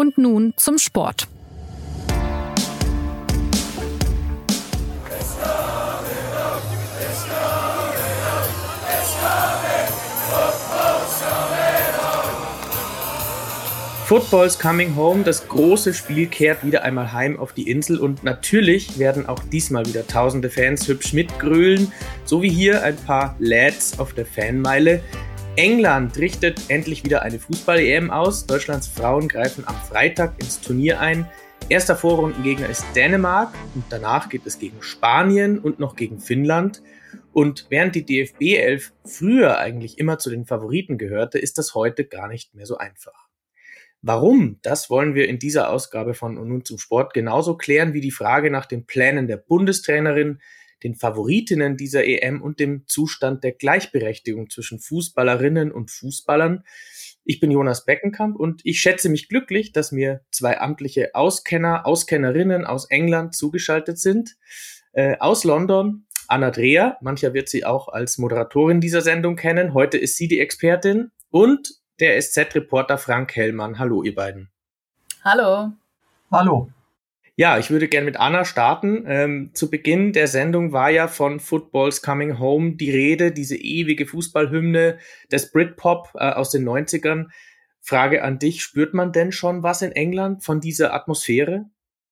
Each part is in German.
Und nun zum Sport. Football's coming home, das große Spiel kehrt wieder einmal heim auf die Insel und natürlich werden auch diesmal wieder tausende Fans hübsch mitgrölen, so wie hier ein paar Lads auf der Fanmeile. England richtet endlich wieder eine Fußball-EM aus, Deutschlands Frauen greifen am Freitag ins Turnier ein. Erster Vorrundengegner ist Dänemark und danach geht es gegen Spanien und noch gegen Finnland. Und während die DFB 11 früher eigentlich immer zu den Favoriten gehörte, ist das heute gar nicht mehr so einfach. Warum? Das wollen wir in dieser Ausgabe von Und nun zum Sport genauso klären wie die Frage nach den Plänen der Bundestrainerin, den Favoritinnen dieser EM und dem Zustand der Gleichberechtigung zwischen Fußballerinnen und Fußballern. Ich bin Jonas Beckenkamp und ich schätze mich glücklich, dass mir zwei amtliche Auskennerinnen aus England zugeschaltet sind. Aus London, Anna Dreher, mancher wird sie auch als Moderatorin dieser Sendung kennen. Heute ist sie die Expertin und der SZ-Reporter Frank Hellmann. Hallo, ihr beiden. Hallo. Hallo. Ja, ich würde gerne mit Anna starten. Zu Beginn der Sendung war ja von Football's Coming Home die Rede, diese ewige Fußballhymne des Britpop aus den 90ern. Frage an dich, spürt man denn schon was in England von dieser Atmosphäre?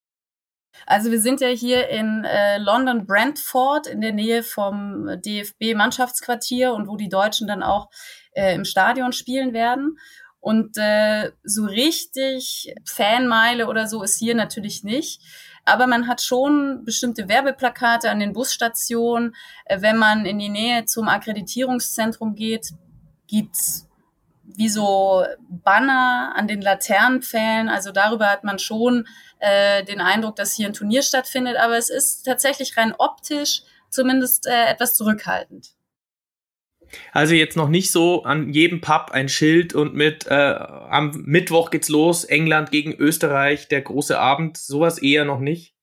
Also wir sind ja hier in London Brentford in der Nähe vom DFB-Mannschaftsquartier und wo die Deutschen dann auch im Stadion spielen werden. Und so richtig Fanmeile oder so ist hier natürlich nicht. Aber man hat schon bestimmte Werbeplakate an den Busstationen. Wenn man in die Nähe zum Akkreditierungszentrum geht, gibt's wie so Banner an den Laternenpfählen. Also darüber hat man schon den Eindruck, dass hier ein Turnier stattfindet. Aber es ist tatsächlich rein optisch zumindest etwas zurückhaltend. Also jetzt noch nicht so an jedem Pub ein Schild und mit am Mittwoch geht's los, England gegen Österreich, der große Abend, sowas eher noch nicht?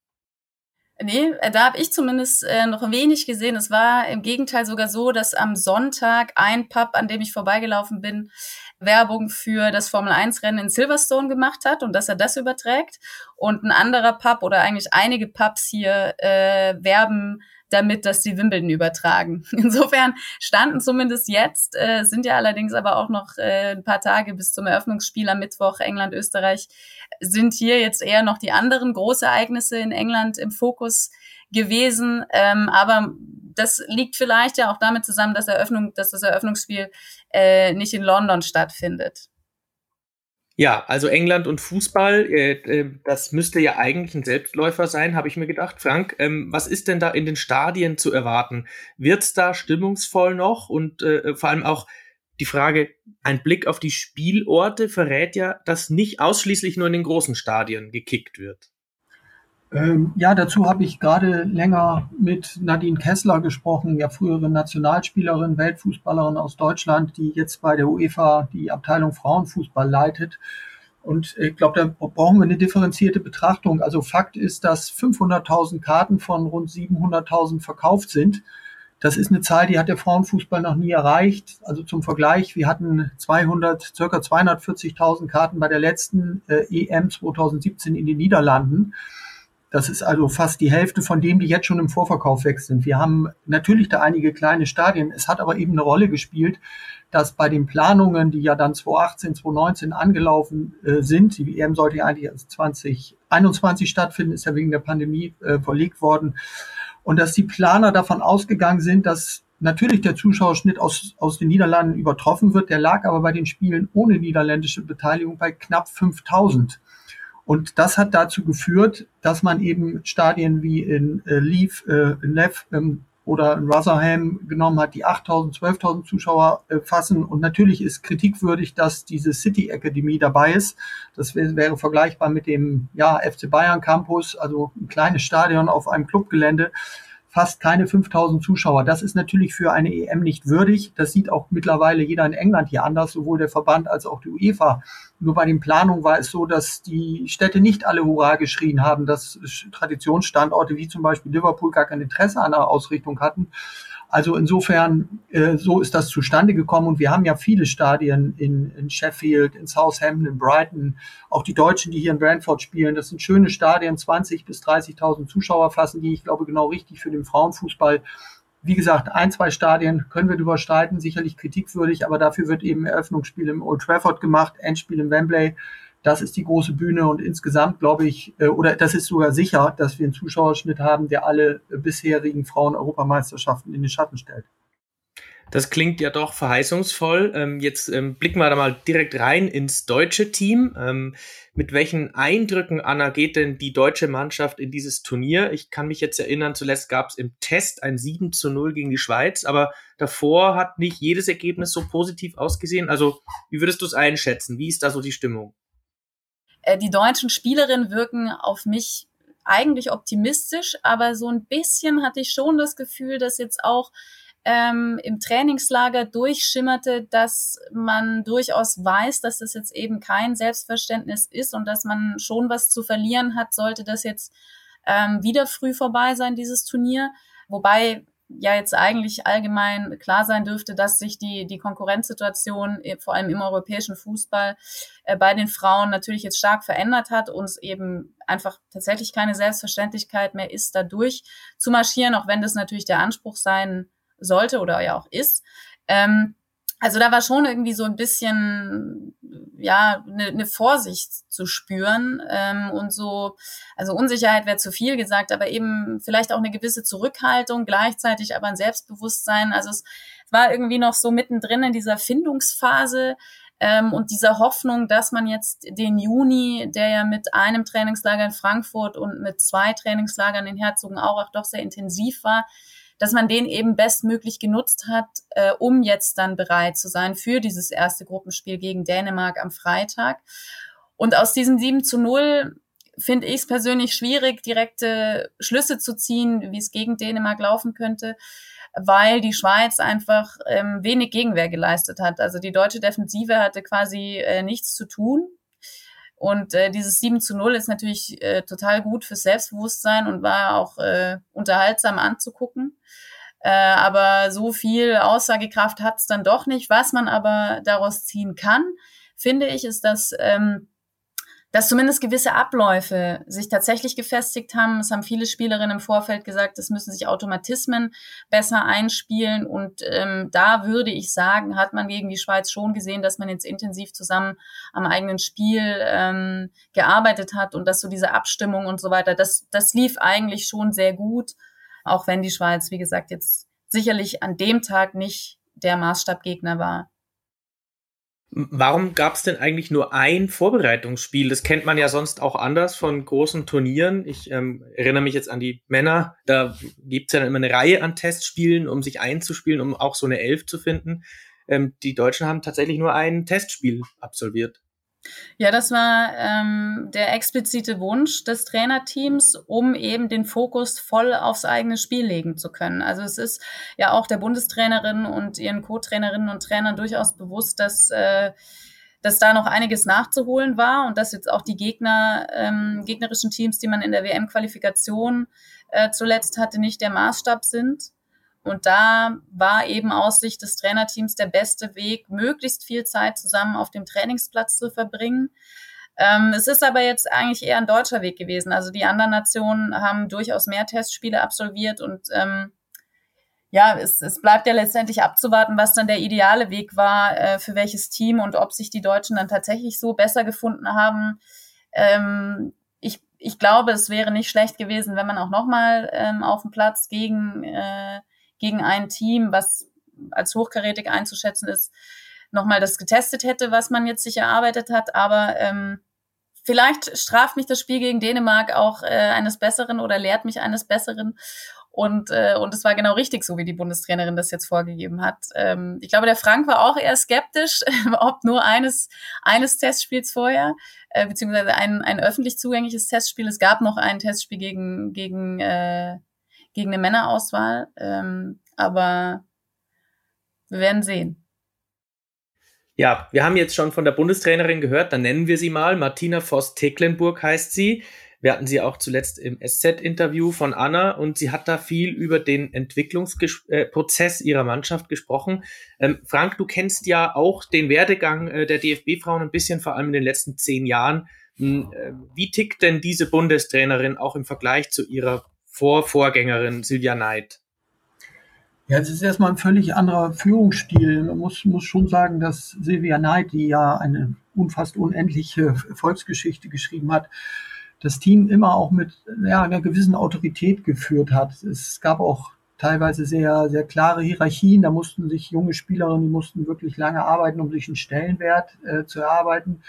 Nee, da habe ich zumindest noch ein wenig gesehen. Es war im Gegenteil sogar so, dass am Sonntag ein Pub, an dem ich vorbeigelaufen bin, Werbung für das Formel-1-Rennen in Silverstone gemacht hat und dass er das überträgt. Und ein anderer Pub oder eigentlich einige Pubs hier werben damit, dass sie Wimbledon übertragen. Insofern standen zumindest jetzt, sind ja allerdings aber auch noch ein paar Tage bis zum Eröffnungsspiel am Mittwoch England-Österreich, sind hier jetzt eher noch die anderen Großereignisse in England im Fokus gewesen. Aber das liegt vielleicht ja auch damit zusammen, dass das Eröffnungsspiel nicht in London stattfindet. Ja, also England und Fußball, das müsste ja eigentlich ein Selbstläufer sein, habe ich mir gedacht. Frank, was ist denn da in den Stadien zu erwarten? Wird's da stimmungsvoll noch? Und vor allem auch die Frage, ein Blick auf die Spielorte verrät ja, dass nicht ausschließlich nur in den großen Stadien gekickt wird. Ja, dazu habe ich gerade länger mit Nadine Kessler gesprochen, ja frühere Nationalspielerin, Weltfußballerin aus Deutschland, die jetzt bei der UEFA die Abteilung Frauenfußball leitet. Und ich glaube, da brauchen wir eine differenzierte Betrachtung. Also Fakt ist, dass 500.000 Karten von rund 700.000 verkauft sind. Das ist eine Zahl, die hat der Frauenfußball noch nie erreicht. Also zum Vergleich, wir hatten circa 240.000 Karten bei der letzten EM 2017 in den Niederlanden. Das ist also fast die Hälfte von dem, die jetzt schon im Vorverkauf weg sind. Wir haben natürlich da einige kleine Stadien. Es hat aber eben eine Rolle gespielt, dass bei den Planungen, die ja dann 2018, 2019 angelaufen sind, die EM sollte ja eigentlich erst 2021 stattfinden, ist ja wegen der Pandemie verlegt worden. Und dass die Planer davon ausgegangen sind, dass natürlich der Zuschauerschnitt aus den Niederlanden übertroffen wird. Der lag aber bei den Spielen ohne niederländische Beteiligung bei knapp 5.000. Und das hat dazu geführt, dass man eben Stadien wie in Leith oder in Rotherham genommen hat, die 8.000, 12.000 Zuschauer fassen. Und natürlich ist kritikwürdig, dass diese City Academy dabei ist. Das wäre vergleichbar mit dem FC Bayern Campus, also ein kleines Stadion auf einem Clubgelände. Fast keine 5.000 Zuschauer. Das ist natürlich für eine EM nicht würdig. Das sieht auch mittlerweile jeder in England hier anders, sowohl der Verband als auch die UEFA. Nur bei den Planungen war es so, dass die Städte nicht alle Hurra geschrien haben, dass Traditionsstandorte wie zum Beispiel Liverpool gar kein Interesse an einer Ausrichtung hatten. Also insofern, so ist das zustande gekommen. Und wir haben ja viele Stadien in Sheffield, in Southampton, in Brighton, auch die Deutschen, die hier in Brentford spielen. Das sind schöne Stadien, 20.000 bis 30.000 Zuschauer fassen die, ich glaube, genau richtig für den Frauenfußball. Wie gesagt, 1-2 Stadien können wir drüber streiten, sicherlich kritikwürdig, aber dafür wird eben Eröffnungsspiel im Old Trafford gemacht, Endspiel im Wembley. Das ist die große Bühne und insgesamt glaube ich, oder das ist sogar sicher, dass wir einen Zuschauerschnitt haben, der alle bisherigen Frauen-Europameisterschaften in den Schatten stellt. Das klingt ja doch verheißungsvoll. Jetzt blicken wir da mal direkt rein ins deutsche Team. Mit welchen Eindrücken, Anna, geht denn die deutsche Mannschaft in dieses Turnier? Ich kann mich jetzt erinnern, zuletzt gab es im Test ein 7:0 gegen die Schweiz, aber davor hat nicht jedes Ergebnis so positiv ausgesehen. Also wie würdest du es einschätzen? Wie ist da so die Stimmung? Die deutschen Spielerinnen wirken auf mich eigentlich optimistisch, aber so ein bisschen hatte ich schon das Gefühl, dass jetzt auch im Trainingslager durchschimmerte, dass man durchaus weiß, dass das jetzt eben kein Selbstverständnis ist und dass man schon was zu verlieren hat, sollte das jetzt wieder früh vorbei sein, dieses Turnier. Wobei ja jetzt eigentlich allgemein klar sein dürfte, dass sich die Konkurrenzsituation vor allem im europäischen Fußball bei den Frauen natürlich jetzt stark verändert hat und es eben einfach tatsächlich keine Selbstverständlichkeit mehr ist, da durch zu marschieren, auch wenn das natürlich der Anspruch sein sollte oder ja auch ist. Also da war schon irgendwie so ein bisschen, ja, eine Vorsicht zu spüren und so, also Unsicherheit wäre zu viel gesagt, aber eben vielleicht auch eine gewisse Zurückhaltung, gleichzeitig aber ein Selbstbewusstsein. Also es war irgendwie noch so mittendrin in dieser Findungsphase und dieser Hoffnung, dass man jetzt den Juni, der ja mit einem Trainingslager in Frankfurt und mit 2 Trainingslagern in Herzogenaurach doch sehr intensiv war, dass man den eben bestmöglich genutzt hat, um jetzt dann bereit zu sein für dieses erste Gruppenspiel gegen Dänemark am Freitag. Und aus diesem 7:0 finde ich es persönlich schwierig, direkte Schlüsse zu ziehen, wie es gegen Dänemark laufen könnte, weil die Schweiz einfach wenig Gegenwehr geleistet hat. Also die deutsche Defensive hatte quasi nichts zu tun. Und dieses 7:0 ist natürlich total gut fürs Selbstbewusstsein und war auch unterhaltsam anzugucken. Aber so viel Aussagekraft hat es dann doch nicht. Was man aber daraus ziehen kann, finde ich, ist, dass zumindest gewisse Abläufe sich tatsächlich gefestigt haben. Es haben viele Spielerinnen im Vorfeld gesagt, es müssen sich Automatismen besser einspielen. Und da würde ich sagen, hat man gegen die Schweiz schon gesehen, dass man jetzt intensiv zusammen am eigenen Spiel gearbeitet hat und dass so diese Abstimmung und so weiter, das lief eigentlich schon sehr gut, auch wenn die Schweiz, wie gesagt, jetzt sicherlich an dem Tag nicht der Maßstabgegner war. Warum gab es denn eigentlich nur ein Vorbereitungsspiel? Das kennt man ja sonst auch anders von großen Turnieren. Ich erinnere mich jetzt an die Männer. Da gibt es ja dann immer eine Reihe an Testspielen, um sich einzuspielen, um auch so eine Elf zu finden. Die Deutschen haben tatsächlich nur ein Testspiel absolviert. Ja, das war der explizite Wunsch des Trainerteams, um eben den Fokus voll aufs eigene Spiel legen zu können. Also es ist ja auch der Bundestrainerin und ihren Co-Trainerinnen und Trainern durchaus bewusst, dass da noch einiges nachzuholen war und dass jetzt auch die gegnerischen Teams, die man in der WM-Qualifikation zuletzt hatte, nicht der Maßstab sind. Und da war eben aus Sicht des Trainerteams der beste Weg, möglichst viel Zeit zusammen auf dem Trainingsplatz zu verbringen. Es ist aber jetzt eigentlich eher ein deutscher Weg gewesen. Also die anderen Nationen haben durchaus mehr Testspiele absolviert und es bleibt ja letztendlich abzuwarten, was dann der ideale Weg war für welches Team und ob sich die Deutschen dann tatsächlich so besser gefunden haben. Ich glaube, es wäre nicht schlecht gewesen, wenn man auch nochmal auf dem Platz gegen ein Team, was als hochkarätig einzuschätzen ist, nochmal das getestet hätte, was man jetzt sich erarbeitet hat. Aber vielleicht straft mich das Spiel gegen Dänemark auch eines Besseren oder lehrt mich eines Besseren. Und es war genau richtig, so wie die Bundestrainerin das jetzt vorgegeben hat. Ich glaube, der Frank war auch eher skeptisch, ob nur eines Testspiels vorher, beziehungsweise ein öffentlich zugängliches Testspiel. Es gab noch ein Testspiel gegen eine Männerauswahl, aber wir werden sehen. Ja, wir haben jetzt schon von der Bundestrainerin gehört, dann nennen wir sie mal. Martina Voss-Tecklenburg heißt sie. Wir hatten sie auch zuletzt im SZ-Interview von Anna und sie hat da viel über den Entwicklungsprozess ihrer Mannschaft gesprochen. Frank, du kennst ja auch den Werdegang der DFB-Frauen ein bisschen, vor allem in den letzten 10 Jahren. Wie tickt denn diese Bundestrainerin auch im Vergleich zu ihrer Vorgängerin Silvia Neid? Ja, es ist erstmal ein völlig anderer Führungsstil. Man muss schon sagen, dass Silvia Neid, die ja eine fast unendliche Volksgeschichte geschrieben hat, das Team immer auch mit einer gewissen Autorität geführt hat. Es gab auch teilweise sehr, sehr klare Hierarchien. Da mussten sich junge Spielerinnen, die mussten wirklich lange arbeiten, um sich einen Stellenwert zu erarbeiten.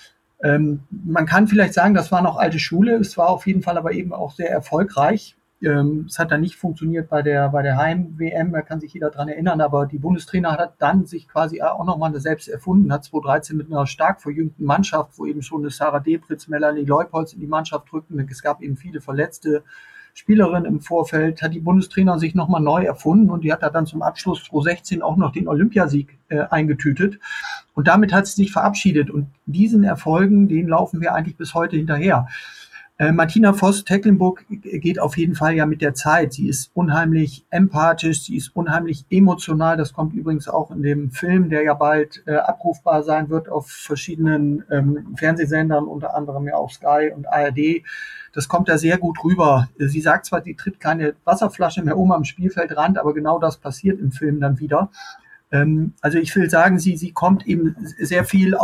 Man kann vielleicht sagen, das war noch alte Schule. Es war auf jeden Fall aber eben auch sehr erfolgreich. Es hat dann nicht funktioniert bei der Heim-WM, da kann sich jeder dran erinnern, aber die Bundestrainer hat dann sich quasi auch nochmal selbst erfunden, hat 2013 mit einer stark verjüngten Mannschaft, wo eben schon eine Sarah Debritz, Melanie Leupolz in die Mannschaft rückten, es gab eben viele verletzte Spielerinnen im Vorfeld, hat die Bundestrainer sich nochmal neu erfunden und die hat da dann zum Abschluss 2016 auch noch den Olympiasieg eingetütet und damit hat sie sich verabschiedet und diesen Erfolgen, denen laufen wir eigentlich bis heute hinterher. Martina Voss-Tecklenburg geht auf jeden Fall ja mit der Zeit. Sie ist unheimlich empathisch, sie ist unheimlich emotional. Das kommt übrigens auch in dem Film, der ja bald abrufbar sein wird auf verschiedenen Fernsehsendern, unter anderem ja auch Sky und ARD. Das kommt da sehr gut rüber. Sie sagt zwar, sie tritt keine Wasserflasche mehr am Spielfeldrand, aber genau das passiert im Film dann wieder. Also ich will sagen, sie kommt eben sehr viel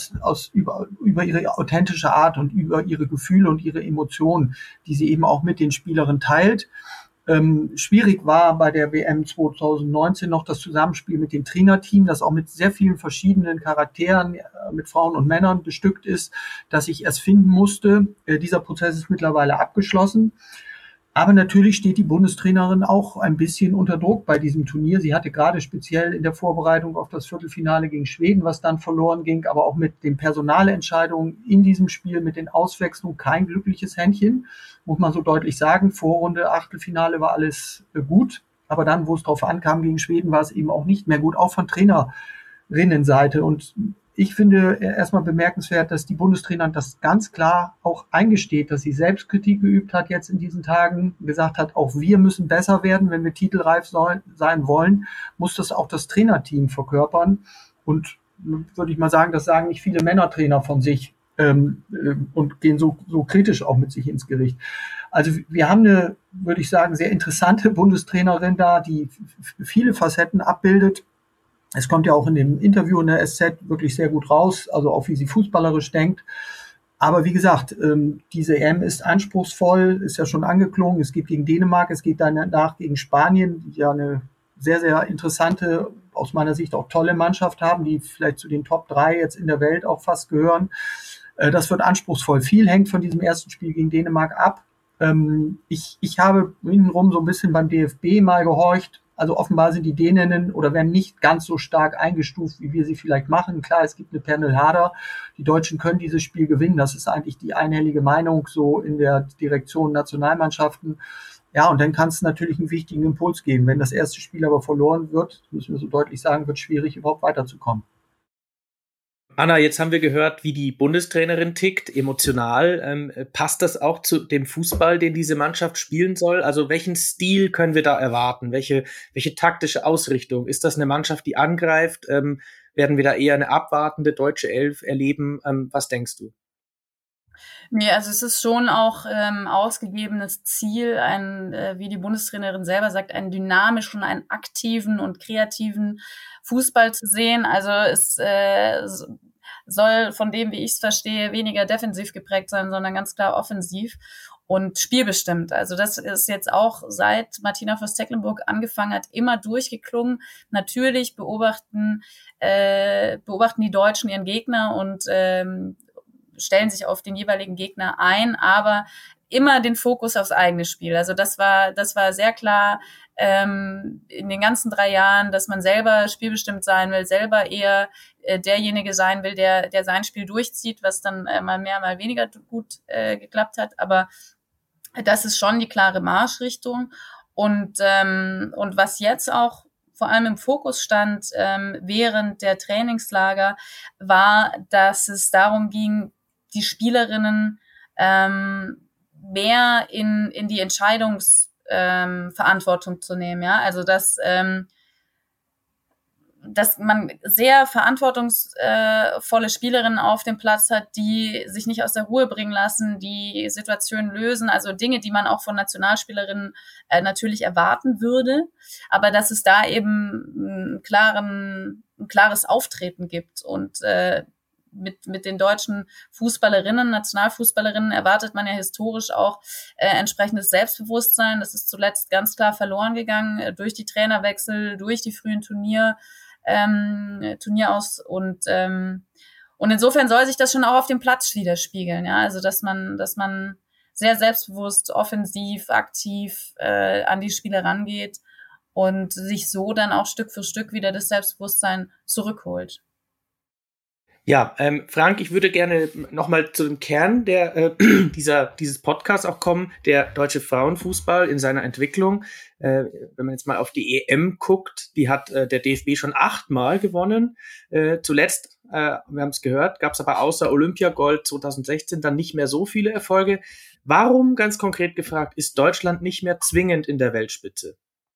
über ihre authentische Art und über ihre Gefühle und ihre Emotionen, die sie eben auch mit den Spielerinnen teilt. Schwierig war bei der WM 2019 noch das Zusammenspiel mit dem Trainerteam, das auch mit sehr vielen verschiedenen Charakteren, mit Frauen und Männern bestückt ist, das ich erst finden musste. Dieser Prozess ist mittlerweile abgeschlossen. Aber natürlich steht die Bundestrainerin auch ein bisschen unter Druck bei diesem Turnier. Sie hatte gerade speziell in der Vorbereitung auf das Viertelfinale gegen Schweden, was dann verloren ging, aber auch mit den Personalentscheidungen in diesem Spiel, mit den Auswechslungen kein glückliches Händchen, muss man so deutlich sagen. Vorrunde, Achtelfinale war alles gut, aber dann, wo es drauf ankam gegen Schweden, war es eben auch nicht mehr gut, auch von Trainerinnenseite. Und ich finde erstmal bemerkenswert, dass die Bundestrainerin das ganz klar auch eingesteht, dass sie Selbstkritik geübt hat jetzt in diesen Tagen, gesagt hat, auch wir müssen besser werden, wenn wir titelreif sein wollen, muss das auch das Trainerteam verkörpern. Und würde ich mal sagen, das sagen nicht viele Männertrainer von sich und gehen so kritisch auch mit sich ins Gericht. Also wir haben eine, würde ich sagen, sehr interessante Bundestrainerin da, die viele Facetten abbildet. Es kommt ja auch in dem Interview in der SZ wirklich sehr gut raus, also auch wie sie fußballerisch denkt. Aber wie gesagt, diese EM ist anspruchsvoll, ist ja schon angeklungen. Es geht gegen Dänemark, es geht danach gegen Spanien, die ja eine sehr, sehr interessante, aus meiner Sicht auch tolle Mannschaft haben, die vielleicht zu den Top 3 jetzt in der Welt auch fast gehören. Das wird anspruchsvoll. Viel hängt von diesem ersten Spiel gegen Dänemark ab. Ich habe hintenrum so ein bisschen beim DFB mal gehorcht. Also offenbar sind die Däninnen oder werden nicht ganz so stark eingestuft, wie wir sie vielleicht machen. Klar, es gibt eine Pernille Harder. Die Deutschen können dieses Spiel gewinnen. Das ist eigentlich die einhellige Meinung so in der Direktion Nationalmannschaften. Ja, und dann kann es natürlich einen wichtigen Impuls geben. Wenn das erste Spiel aber verloren wird, müssen wir so deutlich sagen, wird es schwierig, überhaupt weiterzukommen. Anna, jetzt haben wir gehört, wie die Bundestrainerin tickt, emotional. Passt das auch zu dem Fußball, den diese Mannschaft spielen soll? Also welchen Stil können wir da erwarten? Welche taktische Ausrichtung? Ist das eine Mannschaft, die angreift? Werden wir da eher eine abwartende deutsche Elf erleben? Was denkst du? Nee, also es ist schon auch ausgegebenes Ziel, wie die Bundestrainerin selber sagt, einen dynamischen, einen aktiven und kreativen Fußball zu sehen. Also es soll von dem, wie ich es verstehe, weniger defensiv geprägt sein, sondern ganz klar offensiv und spielbestimmt. Also das ist jetzt auch seit Martina Voss-Tecklenburg angefangen hat, immer durchgeklungen. Natürlich beobachten die Deutschen ihren Gegner und stellen sich auf den jeweiligen Gegner ein, aber immer den Fokus aufs eigene Spiel. Also das war sehr klar in den ganzen 3 Jahren, dass man selber spielbestimmt sein will, selber eher derjenige sein will, der sein Spiel durchzieht, was dann mal mehr, mal weniger gut geklappt hat. Aber das ist schon die klare Marschrichtung. Und was jetzt auch vor allem im Fokus stand während der Trainingslager, war, dass es darum ging, die Spielerinnen mehr in die Entscheidungsverantwortung zu nehmen, ja, also dass man sehr verantwortungsvolle Spielerinnen auf dem Platz hat, die sich nicht aus der Ruhe bringen lassen, die Situationen lösen, also Dinge, die man auch von Nationalspielerinnen natürlich erwarten würde, aber dass es da eben ein klares Auftreten gibt und mit den deutschen Fußballerinnen, Nationalfußballerinnen erwartet man ja historisch auch entsprechendes Selbstbewusstsein. Das ist zuletzt ganz klar verloren gegangen durch die Trainerwechsel, durch die frühen Turnieraus und insofern soll sich das schon auch auf dem Platz widerspiegeln, ja, also dass man sehr selbstbewusst, offensiv, aktiv an die Spiele rangeht und sich so dann auch Stück für Stück wieder das Selbstbewusstsein zurückholt. Ja, Frank, ich würde gerne nochmal zu dem Kern dieses Podcasts auch kommen, der deutsche Frauenfußball in seiner Entwicklung. Wenn man jetzt mal auf die EM guckt, die hat der DFB schon 8-mal gewonnen. Zuletzt, wir haben es gehört, gab es aber außer Olympiagold 2016 dann nicht mehr so viele Erfolge. Warum, ganz konkret gefragt, ist Deutschland nicht mehr zwingend in der Weltspitze?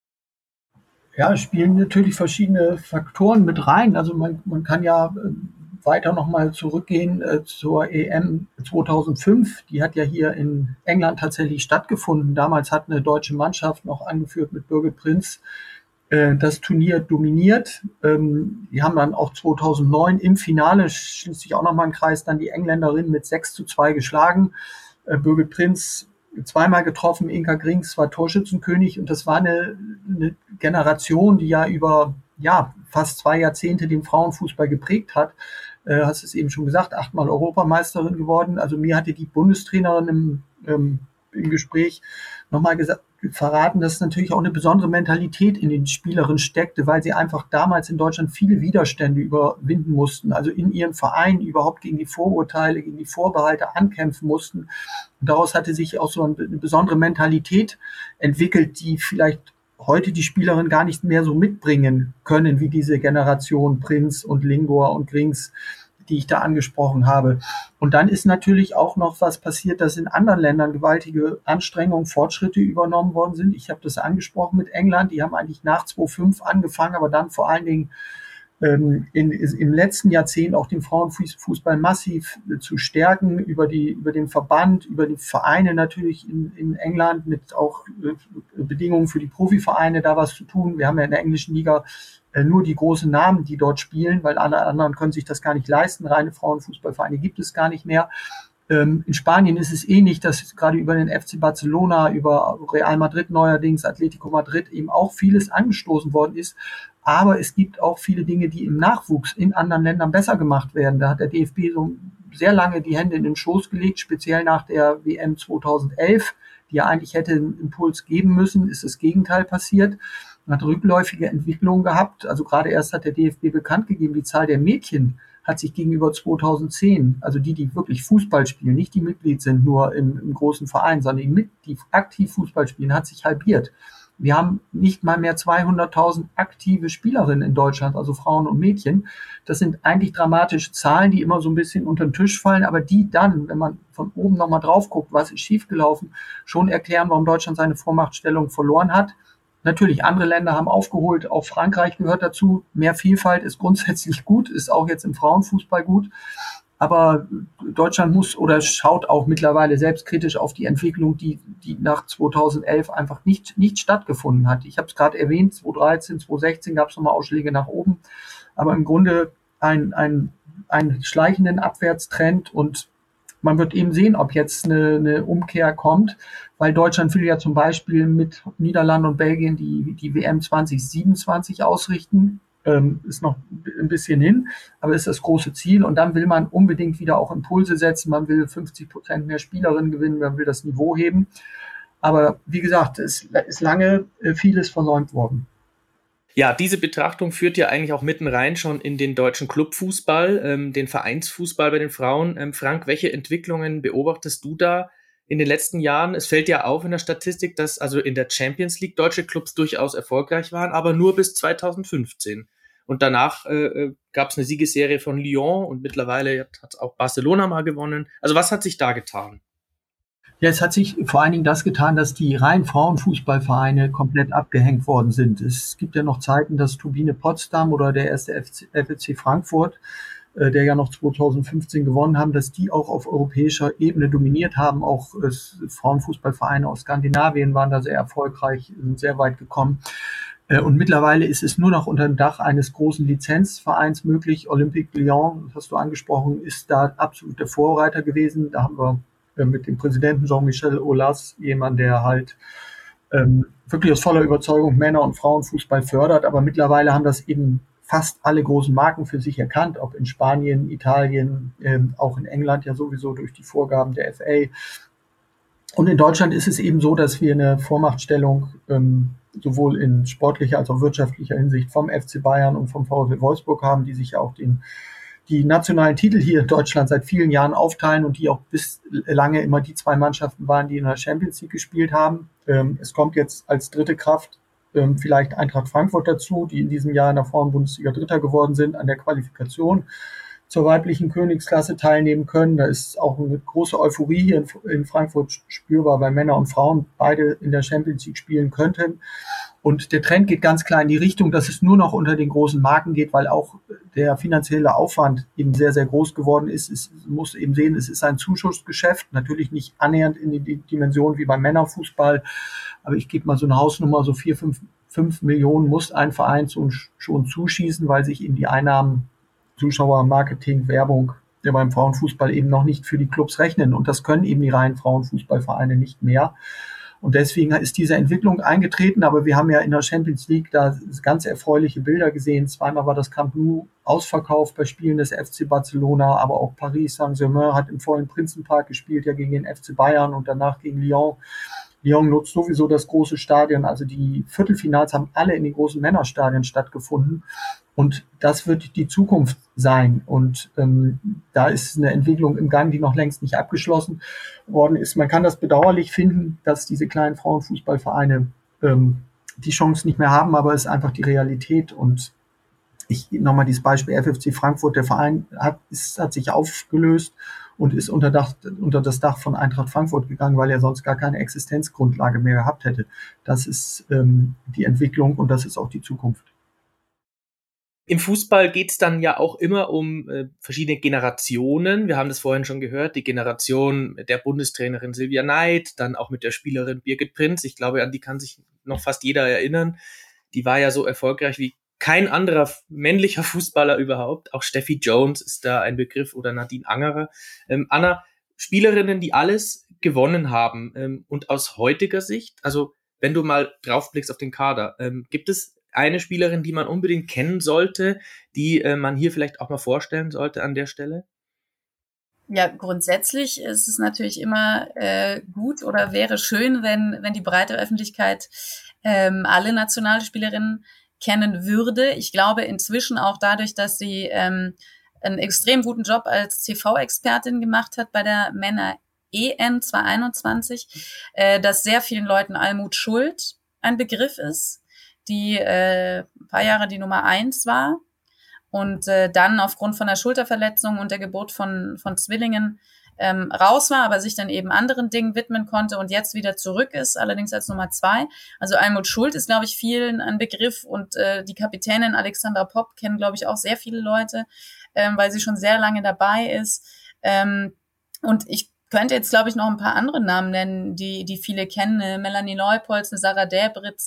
Ja, es spielen natürlich verschiedene Faktoren mit rein. Also man kann ja weiter nochmal zurückgehen zur EM 2005. Die hat ja hier in England tatsächlich stattgefunden. Damals hat eine deutsche Mannschaft, noch angeführt mit Birgit Prinz, das Turnier dominiert. Die haben dann auch 2009 im Finale, schließt sich auch nochmal ein Kreis, dann die Engländerin mit 6:2 geschlagen. Birgit Prinz zweimal getroffen, Inka Grings war Torschützenkönig und das war eine Generation, die ja über fast 2 Jahrzehnte den Frauenfußball geprägt hat. Hast es eben schon gesagt, 8-mal Europameisterin geworden. Also mir hatte die Bundestrainerin im Gespräch nochmal verraten, dass natürlich auch eine besondere Mentalität in den Spielerinnen steckte, weil sie einfach damals in Deutschland viele Widerstände überwinden mussten, also in ihren Vereinen überhaupt gegen die Vorurteile, gegen die Vorbehalte ankämpfen mussten. Und daraus hatte sich auch so eine besondere Mentalität entwickelt, die vielleicht heute die Spielerinnen gar nicht mehr so mitbringen können, wie diese Generation Prinz und Lingor und Grings, die ich da angesprochen habe. Und dann ist natürlich auch noch was passiert, dass in anderen Ländern gewaltige Anstrengungen, Fortschritte übernommen worden sind. Ich habe das angesprochen mit England, die haben eigentlich nach 2005 angefangen, aber dann vor allen Dingen im letzten Jahrzehnt auch den Frauenfußball massiv zu stärken, über den Verband, über die Vereine natürlich in England, mit auch Bedingungen für die Profivereine da was zu tun. Wir haben ja in der englischen Liga nur die großen Namen, die dort spielen, weil alle anderen können sich das gar nicht leisten. Reine Frauenfußballvereine gibt es gar nicht mehr. In Spanien ist es ähnlich, dass gerade über den FC Barcelona, über Real Madrid neuerdings, Atletico Madrid eben auch vieles angestoßen worden ist. Aber es gibt auch viele Dinge, die im Nachwuchs in anderen Ländern besser gemacht werden. Da hat der DFB so sehr lange die Hände in den Schoß gelegt, speziell nach der WM 2011, die ja eigentlich hätte einen Impuls geben müssen, ist das Gegenteil passiert. Man hat rückläufige Entwicklungen gehabt. Also gerade erst hat der DFB bekannt gegeben, die Zahl der Mädchen hat sich gegenüber 2010, also die wirklich Fußball spielen, nicht die Mitglied sind nur im großen Verein, sondern die aktiv Fußball spielen, hat sich halbiert. Wir haben nicht mal mehr 200.000 aktive Spielerinnen in Deutschland, also Frauen und Mädchen. Das sind eigentlich dramatische Zahlen, die immer so ein bisschen unter den Tisch fallen, aber die dann, wenn man von oben nochmal drauf guckt, was ist schiefgelaufen, schon erklären, warum Deutschland seine Vormachtstellung verloren hat. Natürlich, andere Länder haben aufgeholt, auch Frankreich gehört dazu. Mehr Vielfalt ist grundsätzlich gut, ist auch jetzt im Frauenfußball gut. Aber Deutschland muss oder schaut auch mittlerweile selbstkritisch auf die Entwicklung, die nach 2011 einfach nicht stattgefunden hat. Ich habe es gerade erwähnt, 2013, 2016 gab es nochmal Ausschläge nach oben. Aber im Grunde einen schleichenden Abwärtstrend und man wird eben sehen, ob jetzt eine Umkehr kommt, weil Deutschland will ja zum Beispiel mit Niederlanden und Belgien die WM 2027 ausrichten. Ist noch ein bisschen hin, aber ist das große Ziel. Und dann will man unbedingt wieder auch Impulse setzen. Man will 50% mehr Spielerinnen gewinnen, man will das Niveau heben. Aber wie gesagt, es ist lange vieles versäumt worden. Ja, diese Betrachtung führt ja eigentlich auch mitten rein schon in den deutschen Clubfußball, den Vereinsfußball bei den Frauen. Frank, welche Entwicklungen beobachtest du da in den letzten Jahren? Es fällt ja auf in der Statistik, dass also in der Champions League deutsche Clubs durchaus erfolgreich waren, aber nur bis 2015. Und danach gab es eine Siegesserie von Lyon und mittlerweile hat auch Barcelona mal gewonnen. Also was hat sich da getan? Ja, es hat sich vor allen Dingen das getan, dass die reinen Frauenfußballvereine komplett abgehängt worden sind. Es gibt ja noch Zeiten, dass Turbine Potsdam oder der erste FFC Frankfurt, der ja noch 2015 gewonnen haben, dass die auch auf europäischer Ebene dominiert haben. Auch Frauenfußballvereine aus Skandinavien waren da sehr erfolgreich, sind sehr weit gekommen. Und mittlerweile ist es nur noch unter dem Dach eines großen Lizenzvereins möglich. Olympique Lyon, das hast du angesprochen, ist da absolut der Vorreiter gewesen. Da haben wir mit dem Präsidenten Jean-Michel Aulas jemand, der halt wirklich aus voller Überzeugung Männer- und Frauenfußball fördert. Aber mittlerweile haben das eben fast alle großen Marken für sich erkannt, ob in Spanien, Italien, auch in England ja sowieso durch die Vorgaben der FA. Und in Deutschland ist es eben so, dass wir eine Vormachtstellung sowohl in sportlicher als auch wirtschaftlicher Hinsicht vom FC Bayern und vom VfL Wolfsburg haben, die sich ja auch die nationalen Titel hier in Deutschland seit vielen Jahren aufteilen und die auch bis lange immer die zwei Mannschaften waren, die in der Champions League gespielt haben. Es kommt jetzt als dritte Kraft vielleicht Eintracht Frankfurt dazu, die in diesem Jahr in der Frauenbundesliga Dritter geworden sind, an der Qualifikation zur weiblichen Königsklasse teilnehmen können. Da ist auch eine große Euphorie hier in Frankfurt spürbar, weil Männer und Frauen beide in der Champions League spielen könnten. Und der Trend geht ganz klar in die Richtung, dass es nur noch unter den großen Marken geht, weil auch der finanzielle Aufwand eben sehr, sehr groß geworden ist. Es muss eben sehen, es ist ein Zuschussgeschäft, natürlich nicht annähernd in die Dimension wie beim Männerfußball, aber ich gebe mal so eine Hausnummer, so 5 Millionen muss ein Verein schon zuschießen, weil sich eben die Einnahmen Zuschauer, Marketing, Werbung, der beim Frauenfußball eben noch nicht für die Clubs rechnen. Und das können eben die reinen Frauenfußballvereine nicht mehr. Und deswegen ist diese Entwicklung eingetreten. Aber wir haben ja in der Champions League da ganz erfreuliche Bilder gesehen. Zweimal war das Camp Nou ausverkauft bei Spielen des FC Barcelona, aber auch Paris Saint-Germain hat im vollen Prinzenpark gespielt, ja gegen den FC Bayern und danach gegen Lyon. Lyon nutzt sowieso das große Stadion. Also die Viertelfinals haben alle in den großen Männerstadien stattgefunden. Und das wird die Zukunft sein. Und da ist eine Entwicklung im Gang, die noch längst nicht abgeschlossen worden ist. Man kann das bedauerlich finden, dass diese kleinen Frauenfußballvereine die Chance nicht mehr haben, aber es ist einfach die Realität. Und ich nochmal dieses Beispiel FFC Frankfurt, der Verein hat sich aufgelöst und ist unter das Dach von Eintracht Frankfurt gegangen, weil er sonst gar keine Existenzgrundlage mehr gehabt hätte. Das ist die Entwicklung und das ist auch die Zukunft. Im Fußball geht's dann ja auch immer um verschiedene Generationen. Wir haben das vorhin schon gehört, die Generation der Bundestrainerin Silvia Neid, dann auch mit der Spielerin Birgit Prinz. Ich glaube, an die kann sich noch fast jeder erinnern. Die war ja so erfolgreich wie kein anderer männlicher Fußballer überhaupt. Auch Steffi Jones ist da ein Begriff oder Nadine Angerer. Anna, Spielerinnen, die alles gewonnen haben. Und aus heutiger Sicht, also wenn du mal draufblickst auf den Kader, gibt es eine Spielerin, die man unbedingt kennen sollte, die man hier vielleicht auch mal vorstellen sollte an der Stelle? Ja, grundsätzlich ist es natürlich immer gut oder wäre schön, wenn die breite Öffentlichkeit alle Nationalspielerinnen kennen würde. Ich glaube inzwischen auch dadurch, dass sie einen extrem guten Job als TV-Expertin gemacht hat bei der Männer EM 2021, dass sehr vielen Leuten Almut Schuld ein Begriff ist, die ein paar Jahre die Nummer 1 war und dann aufgrund von der Schulterverletzung und der Geburt von Zwillingen raus war, aber sich dann eben anderen Dingen widmen konnte und jetzt wieder zurück ist, allerdings als Nummer 2. Also Almut Schuld ist, glaube ich, vielen ein Begriff und die Kapitänin Alexandra Popp kennen, glaube ich, auch sehr viele Leute, weil sie schon sehr lange dabei ist. Und ich könnte jetzt, glaube ich, noch ein paar andere Namen nennen, die viele kennen. Melanie Leupolz, Sarah Däbritz,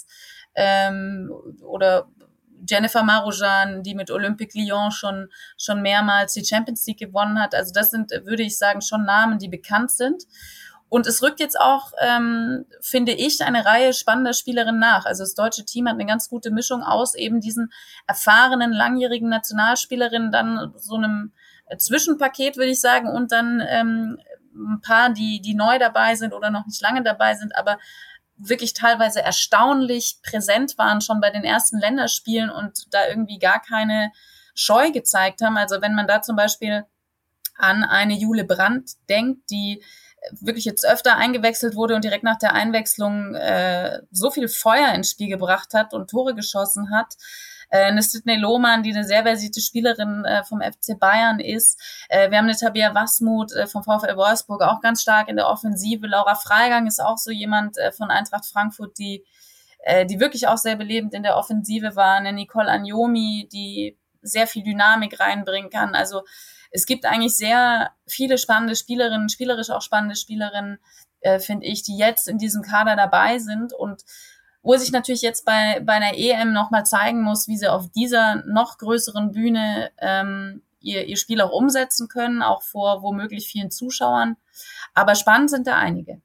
oder Jennifer Marujan, die mit Olympique Lyon schon mehrmals die Champions League gewonnen hat. Also das sind, würde ich sagen, schon Namen, die bekannt sind. Und es rückt jetzt auch, finde ich, eine Reihe spannender Spielerinnen nach. Also das deutsche Team hat eine ganz gute Mischung aus eben diesen erfahrenen, langjährigen Nationalspielerinnen, dann so einem Zwischenpaket, würde ich sagen, und dann ein paar, die neu dabei sind oder noch nicht lange dabei sind, aber wirklich teilweise erstaunlich präsent waren schon bei den ersten Länderspielen und da irgendwie gar keine Scheu gezeigt haben. Also wenn man da zum Beispiel an eine Jule Brandt denkt, die wirklich jetzt öfter eingewechselt wurde und direkt nach der Einwechslung so viel Feuer ins Spiel gebracht hat und Tore geschossen hat, eine Sydney Lohmann, die eine sehr versierte Spielerin vom FC Bayern ist. Wir haben eine Tabea Wasmuth vom VfL Wolfsburg, auch ganz stark in der Offensive. Laura Freigang ist auch so jemand von Eintracht Frankfurt, die wirklich auch sehr belebend in der Offensive war. Eine Nicole Agnomi, die sehr viel Dynamik reinbringen kann. Also es gibt eigentlich sehr viele spannende Spielerinnen, spielerisch auch spannende Spielerinnen, finde ich, die jetzt in diesem Kader dabei sind und wo sich natürlich jetzt bei einer EM nochmal zeigen muss, wie sie auf dieser noch größeren Bühne ihr Spiel auch umsetzen können, auch vor womöglich vielen Zuschauern. Aber spannend sind da einige.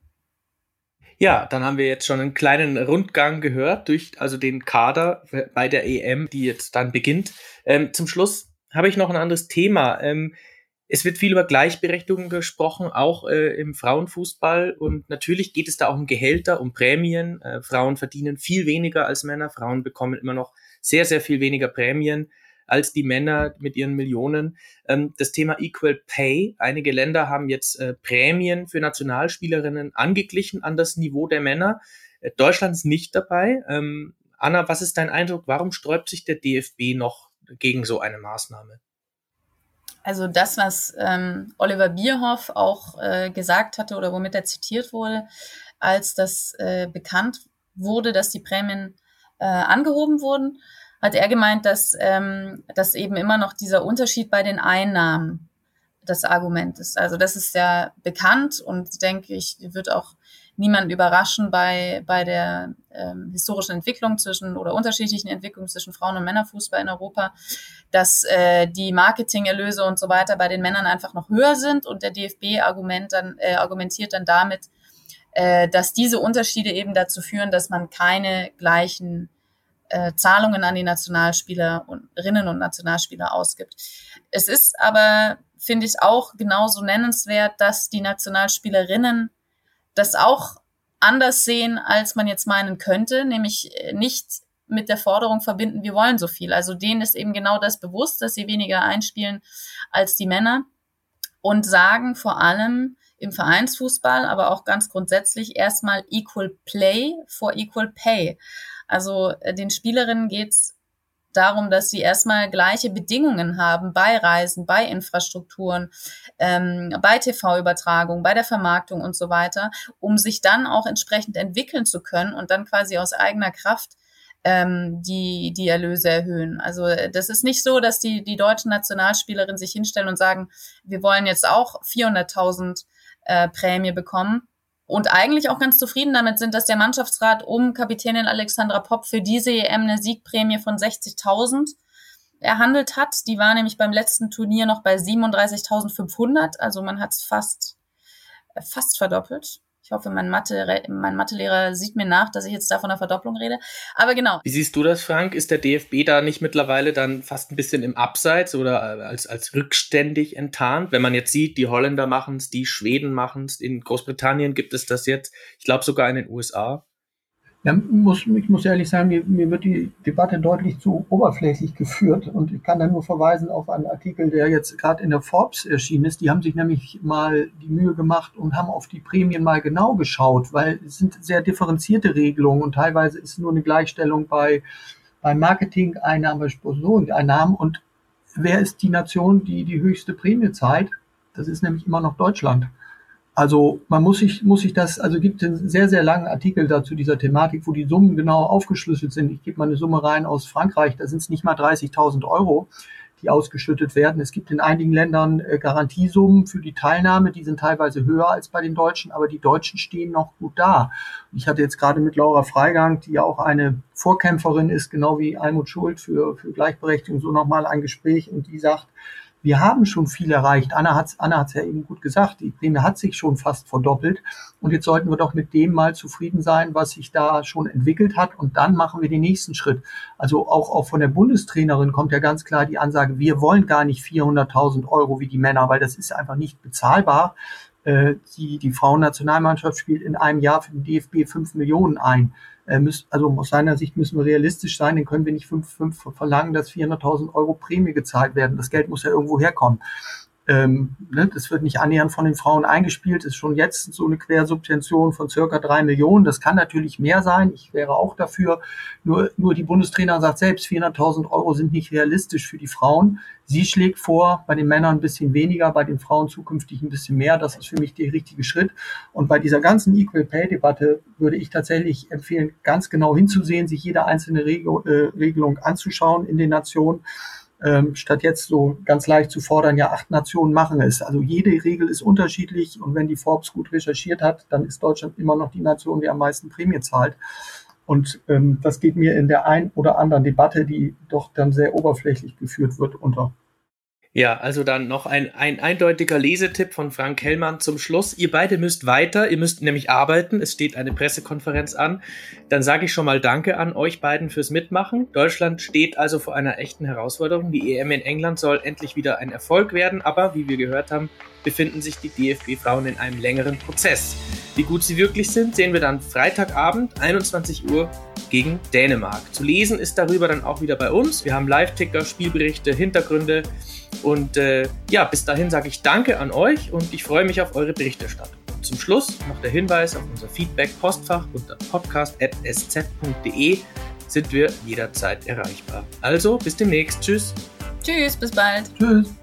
Ja, dann haben wir jetzt schon einen kleinen Rundgang gehört durch also den Kader bei der EM, die jetzt dann beginnt. Zum Schluss habe ich noch ein anderes Thema. Es wird viel über Gleichberechtigung gesprochen, auch im Frauenfußball. Und natürlich geht es da auch um Gehälter, um Prämien. Frauen verdienen viel weniger als Männer. Frauen bekommen immer noch sehr, sehr viel weniger Prämien als die Männer mit ihren Millionen. Das Thema Equal Pay. Einige Länder haben jetzt Prämien für Nationalspielerinnen angeglichen an das Niveau der Männer. Deutschland ist nicht dabei. Anna, was ist dein Eindruck? Warum sträubt sich der DFB noch gegen so eine Maßnahme? Also das, was Oliver Bierhoff auch gesagt hatte oder womit er zitiert wurde, als das bekannt wurde, dass die Prämien angehoben wurden, hat er gemeint, dass eben immer noch dieser Unterschied bei den Einnahmen das Argument ist. Also das ist ja bekannt und denke ich, wird auch niemanden überraschen bei der historischen Entwicklung oder unterschiedlichen Entwicklungen zwischen Frauen- und Männerfußball in Europa, dass die Marketingerlöse und so weiter bei den Männern einfach noch höher sind und der DFB argumentiert dann damit, dass diese Unterschiede eben dazu führen, dass man keine gleichen Zahlungen an die Nationalspielerinnen und Nationalspieler ausgibt. Es ist aber, finde ich, auch genauso nennenswert, dass die Nationalspielerinnen das auch anders sehen, als man jetzt meinen könnte, nämlich nicht mit der Forderung verbinden, wir wollen so viel. Also denen ist eben genau das bewusst, dass sie weniger einspielen als die Männer und sagen vor allem im Vereinsfußball, aber auch ganz grundsätzlich erstmal Equal Play for Equal Pay. Also den Spielerinnen geht's darum, dass sie erstmal gleiche Bedingungen haben bei Reisen, bei Infrastrukturen, bei TV-Übertragung, bei der Vermarktung und so weiter, um sich dann auch entsprechend entwickeln zu können und dann quasi aus eigener Kraft die Erlöse erhöhen. Also das ist nicht so, dass die deutschen Nationalspielerinnen sich hinstellen und sagen, wir wollen jetzt auch 400.000 Prämie bekommen, und eigentlich auch ganz zufrieden damit sind, dass der Mannschaftsrat um Kapitänin Alexandra Popp für diese EM eine Siegprämie von 60.000 erhandelt hat. Die war nämlich beim letzten Turnier noch bei 37.500. Also man hat es fast verdoppelt. Ich hoffe, mein Mathelehrer sieht mir nach, dass ich jetzt da von einer Verdopplung rede. Aber genau. Wie siehst du das, Frank? Ist der DFB da nicht mittlerweile dann fast ein bisschen im Abseits oder als rückständig enttarnt? Wenn man jetzt sieht, die Holländer machen es, die Schweden machen es, in Großbritannien gibt es das jetzt, ich glaube sogar in den USA. Ja, ich muss ehrlich sagen, mir wird die Debatte deutlich zu oberflächlich geführt und ich kann da nur verweisen auf einen Artikel, der jetzt gerade in der Forbes erschienen ist. Die haben sich nämlich mal die Mühe gemacht und haben auf die Prämien mal genau geschaut, weil es sind sehr differenzierte Regelungen und teilweise ist nur eine Gleichstellung bei Marketing-Einnahmen, bei Sponsoring-Einnahmen und wer ist die Nation, die höchste Prämie zahlt? Das ist nämlich immer noch Deutschland. Also man muss sich das, also gibt einen sehr, sehr langen Artikel dazu dieser Thematik, wo die Summen genau aufgeschlüsselt sind. Ich gebe mal eine Summe rein aus Frankreich, da sind es nicht mal 30.000 Euro, die ausgeschüttet werden. Es gibt in einigen Ländern Garantiesummen für die Teilnahme, die sind teilweise höher als bei den Deutschen, aber die Deutschen stehen noch gut da. Ich hatte jetzt gerade mit Laura Freigang, die ja auch eine Vorkämpferin ist, genau wie Almut Schuld für Gleichberechtigung, so nochmal ein Gespräch und die sagt, wir haben schon viel erreicht. Anna hat's ja eben gut gesagt. Die Prämie hat sich schon fast verdoppelt. Und jetzt sollten wir doch mit dem mal zufrieden sein, was sich da schon entwickelt hat. Und dann machen wir den nächsten Schritt. Also auch von der Bundestrainerin kommt ja ganz klar die Ansage, wir wollen gar nicht 400.000 Euro wie die Männer, weil das ist einfach nicht bezahlbar. Die Frauennationalmannschaft spielt in einem Jahr für den DFB 5 Millionen ein. Also aus seiner Sicht müssen wir realistisch sein, dann können wir nicht 5 verlangen, dass 400.000 Euro Prämie gezahlt werden. Das Geld muss ja irgendwo herkommen. Das wird nicht annähernd von den Frauen eingespielt, ist schon jetzt so eine Quersubvention von circa 3 Millionen. Das kann natürlich mehr sein. Ich wäre auch dafür. Nur die Bundestrainer sagt selbst, 400.000 Euro sind nicht realistisch für die Frauen. Sie schlägt vor, bei den Männern ein bisschen weniger, bei den Frauen zukünftig ein bisschen mehr. Das ist für mich der richtige Schritt. Und bei dieser ganzen Equal Pay Debatte würde ich tatsächlich empfehlen, ganz genau hinzusehen, sich jede einzelne Regelung anzuschauen in den Nationen. Statt jetzt so ganz leicht zu fordern, ja, 8 Nationen machen es. Also jede Regel ist unterschiedlich und wenn die Forbes gut recherchiert hat, dann ist Deutschland immer noch die Nation, die am meisten Prämie zahlt. Und das geht mir in der ein oder anderen Debatte, die doch dann sehr oberflächlich geführt wird, unter. Ja, also dann noch ein eindeutiger Lesetipp von Frank Hellmann zum Schluss. Ihr beide müsst weiter, ihr müsst nämlich arbeiten. Es steht eine Pressekonferenz an. Dann sage ich schon mal Danke an euch beiden fürs Mitmachen. Deutschland steht also vor einer echten Herausforderung. Die EM in England soll endlich wieder ein Erfolg werden, aber wie wir gehört haben, befinden sich die DFB-Frauen in einem längeren Prozess. Wie gut sie wirklich sind, sehen wir dann Freitagabend, 21 Uhr gegen Dänemark. Zu lesen ist darüber dann auch wieder bei uns. Wir haben Live-Ticker, Spielberichte, Hintergründe und bis dahin sage ich Danke an euch und ich freue mich auf eure Berichterstattung. Zum Schluss noch der Hinweis auf unser Feedback-Postfach unter podcast@sz.de sind wir jederzeit erreichbar. Also bis demnächst. Tschüss. Tschüss, bis bald. Tschüss.